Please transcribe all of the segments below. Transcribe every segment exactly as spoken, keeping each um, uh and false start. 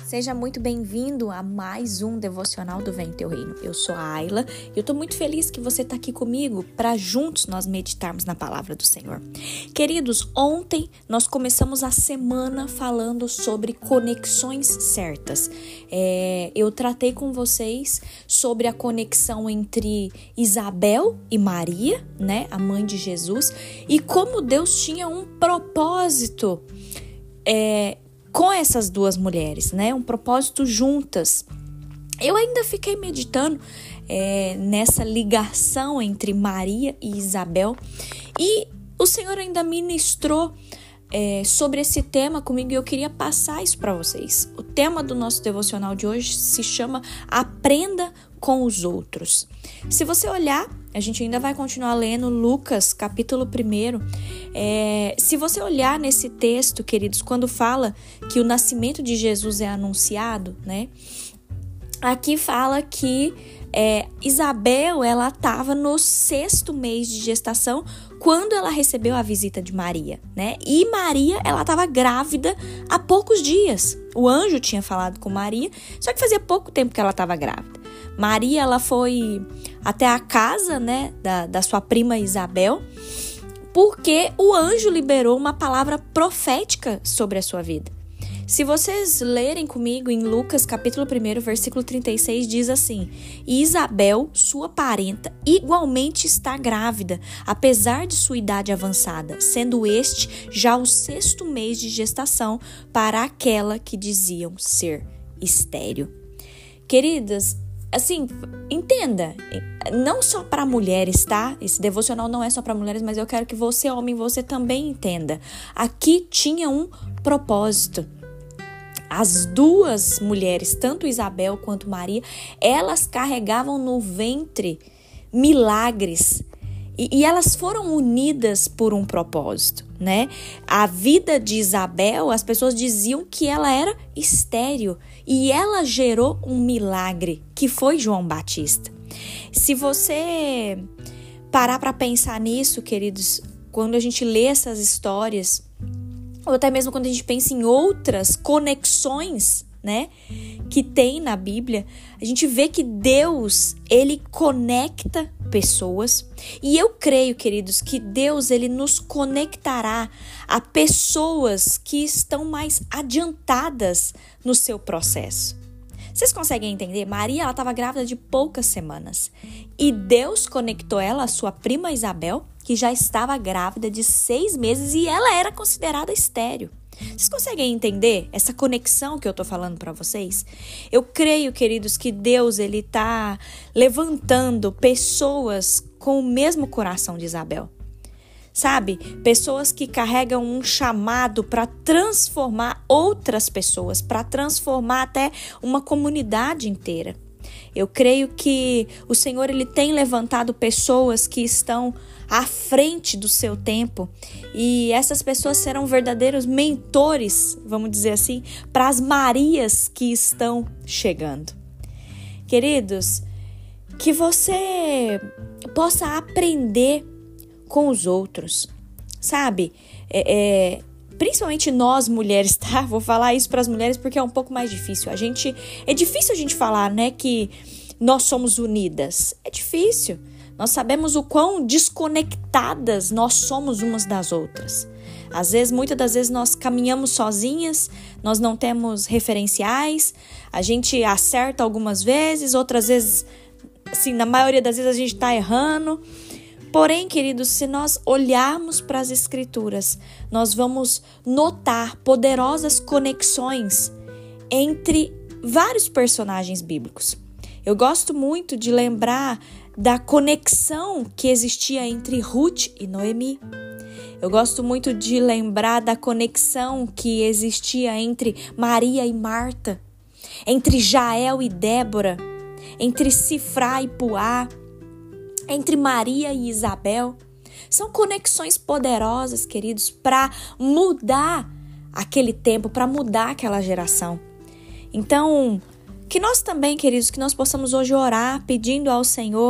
Seja muito bem-vindo a mais um Devocional do Vem Teu Reino. Eu sou a Ayla e eu tô muito feliz que você tá aqui comigo para juntos nós meditarmos na palavra do Senhor. Queridos, ontem nós começamos a semana falando sobre conexões certas. É, eu tratei com vocês sobre a conexão entre Isabel e Maria, né, a mãe de Jesus, e como Deus tinha um propósito é, com essas duas mulheres, né? Um propósito juntas. Eu ainda fiquei meditando é, nessa ligação entre Maria e Isabel e o Senhor ainda ministrou é, sobre esse tema comigo e eu queria passar isso para vocês. O tema do nosso devocional de hoje se chama Aprenda com os Outros. Se você olhar, a gente ainda vai continuar lendo Lucas, capítulo um. É, se você olhar nesse texto, queridos, quando fala que o nascimento de Jesus é anunciado, né? Aqui fala que é, Isabel, ela estava no sexto mês de gestação quando ela recebeu a visita de Maria, né? E Maria, ela estava grávida há poucos dias. O anjo tinha falado com Maria, só que fazia pouco tempo que ela estava grávida. Maria, ela foi até a casa, né, da, da sua prima Isabel, porque o anjo liberou uma palavra profética sobre a sua vida. Se vocês lerem comigo em Lucas, capítulo um, versículo trinta e seis, diz assim: E Isabel, sua parenta, igualmente está grávida, apesar de sua idade avançada, sendo este já o sexto mês de gestação para aquela que diziam ser estéril. Queridas, assim, entenda, não só para mulheres, tá? Esse devocional não é só para mulheres, mas eu quero que você, homem, você também entenda. Aqui tinha um propósito. As duas mulheres, tanto Isabel quanto Maria, elas carregavam no ventre milagres e, e elas foram unidas por um propósito, né? A vida de Isabel, as pessoas diziam que ela era estéril e ela gerou um milagre, que foi João Batista. Se você parar para pensar nisso, queridos, quando a gente lê essas histórias, ou até mesmo quando a gente pensa em outras conexões, né, que tem na Bíblia, a gente vê que Deus, ele conecta pessoas. E eu creio, queridos, que Deus, ele nos conectará a pessoas que estão mais adiantadas no seu processo. Vocês conseguem entender? Maria, ela estava grávida de poucas semanas. E Deus conectou ela à sua prima Isabel, que já estava grávida de seis meses e ela era considerada estéril. Vocês conseguem entender essa conexão que eu tô falando para vocês? Eu creio, queridos, que Deus, ele tá levantando pessoas com o mesmo coração de Isabel. Sabe? Pessoas que carregam um chamado para transformar outras pessoas, para transformar até uma comunidade inteira. Eu creio que o Senhor, ele tem levantado pessoas que estão à frente do seu tempo e essas pessoas serão verdadeiros mentores, vamos dizer assim, para as Marias que estão chegando. Queridos, que você possa aprender com os outros, sabe? É, é, principalmente nós mulheres, tá? Vou falar isso para as mulheres porque é um pouco mais difícil. A gente, é difícil a gente falar, né, que nós somos unidas. É difícil. Nós sabemos o quão desconectadas nós somos umas das outras. Às vezes, muitas das vezes nós caminhamos sozinhas, nós não temos referenciais, a gente acerta algumas vezes, outras vezes, assim, na maioria das vezes a gente tá errando. Porém, queridos, se nós olharmos para as Escrituras, nós vamos notar poderosas conexões entre vários personagens bíblicos. Eu gosto muito de lembrar da conexão que existia entre Ruth e Noemi. Eu gosto muito de lembrar da conexão que existia entre Maria e Marta, entre Jael e Débora, entre Sifrá e Puá, entre Maria e Isabel. São conexões poderosas, queridos, para mudar aquele tempo, para mudar aquela geração. Então, que nós também, queridos, que nós possamos hoje orar pedindo ao Senhor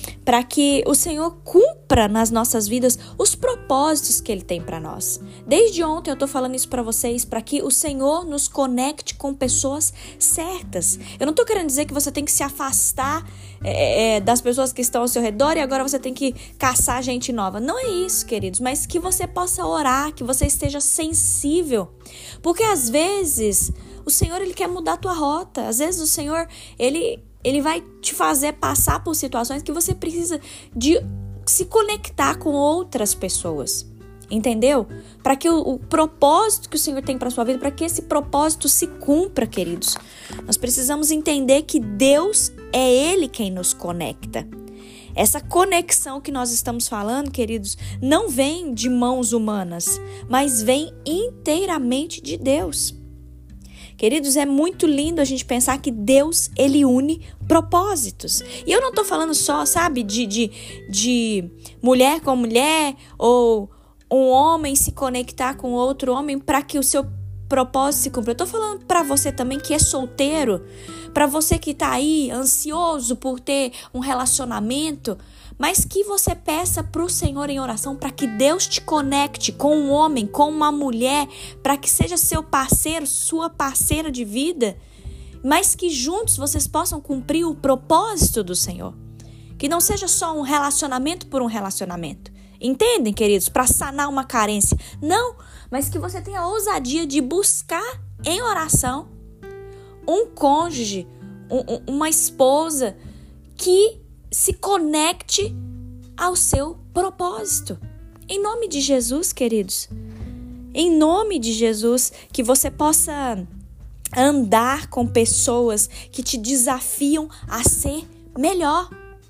para que o Senhor cumpra nas nossas vidas os propósitos que Ele tem para nós. Desde ontem eu estou falando isso para vocês, para que o Senhor nos conecte com pessoas certas. Eu não estou querendo dizer que você tem que se afastar é, é, das pessoas que estão ao seu redor e agora você tem que caçar gente nova. Não é isso, queridos, mas que você possa orar, que você esteja sensível. Porque às vezes o Senhor Ele quer mudar a tua rota. Às vezes o Senhor, Ele... Ele vai te fazer passar por situações que você precisa de se conectar com outras pessoas. Entendeu? Para que o, o propósito que o Senhor tem para a sua vida, para que esse propósito se cumpra, queridos. Nós precisamos entender que Deus é Ele quem nos conecta. Essa conexão que nós estamos falando, queridos, não vem de mãos humanas, mas vem inteiramente de Deus. Queridos, é muito lindo a gente pensar que Deus, Ele une propósitos. E eu não tô falando só, sabe, de, de, de mulher com mulher ou um homem se conectar com outro homem para que o seu propósito se cumpra. Eu tô falando para você também que é solteiro, para você que tá aí ansioso por ter um relacionamento, mas que você peça para o Senhor em oração para que Deus te conecte com um homem, com uma mulher, para que seja seu parceiro, sua parceira de vida, mas que juntos vocês possam cumprir o propósito do Senhor. Que não seja só um relacionamento por um relacionamento. Entendem, queridos? Para sanar uma carência. Não, mas que você tenha a ousadia de buscar em oração um cônjuge, um, uma esposa que se conecte ao seu propósito. Em nome de Jesus, queridos. Em nome de Jesus, que você possa andar com pessoas que te desafiam a ser melhor.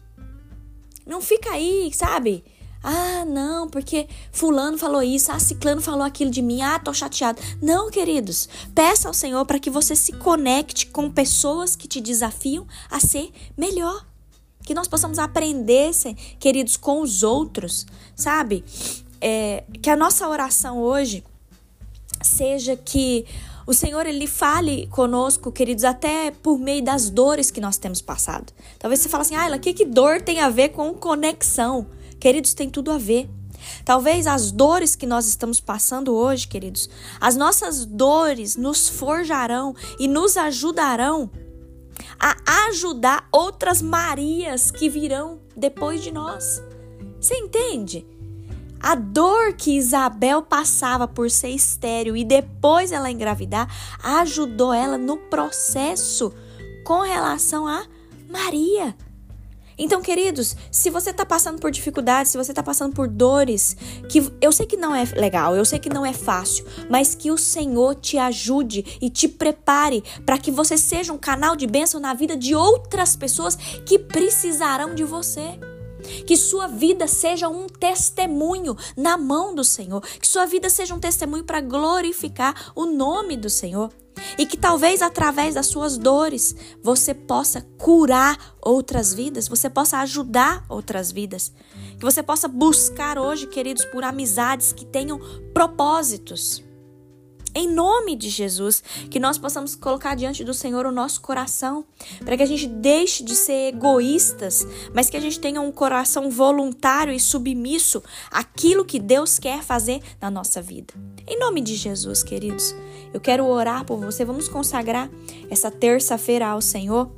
Não fica aí, sabe? Ah, não, porque fulano falou isso, ah, ciclano falou aquilo de mim, ah, tô chateado. Não, queridos, peça ao Senhor para que você se conecte com pessoas que te desafiam a ser melhor. Que nós possamos aprender, queridos, com os outros, sabe? É, que a nossa oração hoje seja que o Senhor, Ele fale conosco, queridos, até por meio das dores que nós temos passado. Talvez você fale assim, ah, o que, que dor tem a ver com conexão? Queridos, tem tudo a ver. Talvez as dores que nós estamos passando hoje, queridos, as nossas dores nos forjarão e nos ajudarão a ajudar outras Marias que virão depois de nós. Você entende? A dor que Isabel passava por ser estéril e depois ela engravidar, ajudou ela no processo com relação a Maria. Então, queridos, se você está passando por dificuldades, se você está passando por dores, que eu sei que não é legal, eu sei que não é fácil, mas que o Senhor te ajude e te prepare para que você seja um canal de bênção na vida de outras pessoas que precisarão de você. Que sua vida seja um testemunho na mão do Senhor. Que sua vida seja um testemunho para glorificar o nome do Senhor. E que talvez através das suas dores você possa curar outras vidas, você possa ajudar outras vidas. Que você possa buscar hoje, queridos, por amizades que tenham propósitos. Em nome de Jesus, que nós possamos colocar diante do Senhor o nosso coração, para que a gente deixe de ser egoístas, mas que a gente tenha um coração voluntário e submisso àquilo que Deus quer fazer na nossa vida. Em nome de Jesus, queridos, eu quero orar por você. Vamos consagrar essa terça-feira ao Senhor.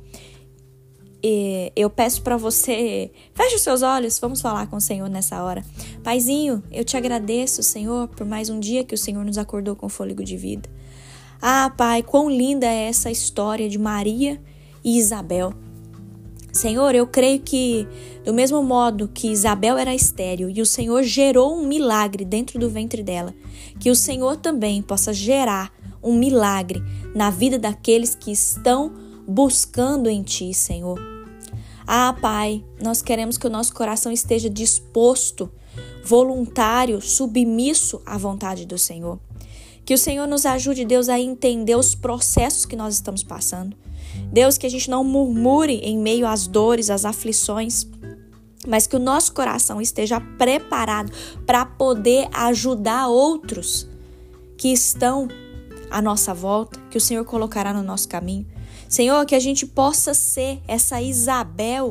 E eu peço para você, feche os seus olhos, vamos falar com o Senhor nessa hora. Paizinho, eu te agradeço, Senhor, por mais um dia que o Senhor nos acordou com fôlego de vida. Ah, Pai, quão linda é essa história de Maria e Isabel. Senhor, eu creio que do mesmo modo que Isabel era estéril e o Senhor gerou um milagre dentro do ventre dela, que o Senhor também possa gerar um milagre na vida daqueles que estão buscando em Ti, Senhor. Ah, Pai, nós queremos que o nosso coração esteja disposto, voluntário, submisso à vontade do Senhor. Que o Senhor nos ajude, Deus, a entender os processos que nós estamos passando. Deus, que a gente não murmure em meio às dores, às aflições, mas que o nosso coração esteja preparado para poder ajudar outros que estão à nossa volta, que o Senhor colocará no nosso caminho. Senhor, que a gente possa ser essa Isabel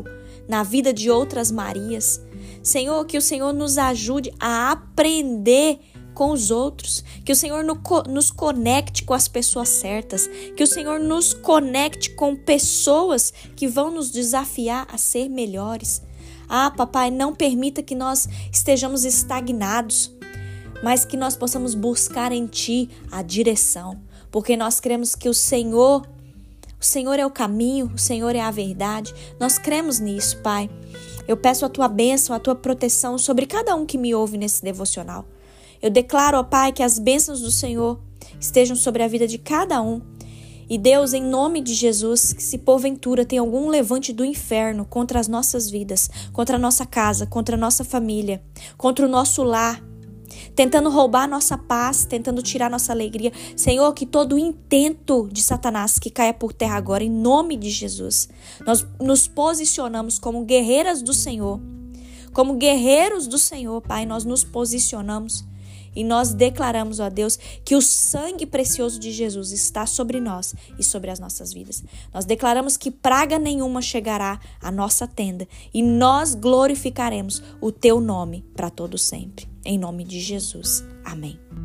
na vida de outras Marias. Senhor, que o Senhor nos ajude a aprender com os outros, que o Senhor nos conecte com as pessoas certas, que o Senhor nos conecte com pessoas que vão nos desafiar a ser melhores. Ah, papai, não permita que nós estejamos estagnados, mas que nós possamos buscar em Ti a direção, porque nós cremos que o Senhor, o Senhor é o caminho, o Senhor é a verdade. Nós cremos nisso, Pai. Eu peço a Tua bênção, a Tua proteção sobre cada um que me ouve nesse devocional. Eu declaro, ó Pai, que as bênçãos do Senhor estejam sobre a vida de cada um. E Deus, em nome de Jesus, que se porventura tem algum levante do inferno contra as nossas vidas, contra a nossa casa, contra a nossa família, contra o nosso lar, tentando roubar nossa paz, tentando tirar nossa alegria, Senhor, que todo o intento de Satanás que caia por terra agora, em nome de Jesus. Nós nos posicionamos como guerreiras do Senhor, como guerreiros do Senhor, Pai, nós nos posicionamos. E nós declaramos, ó Deus, que o sangue precioso de Jesus está sobre nós e sobre as nossas vidas. Nós declaramos que praga nenhuma chegará à nossa tenda e nós glorificaremos o Teu nome para todo sempre. Em nome de Jesus. Amém.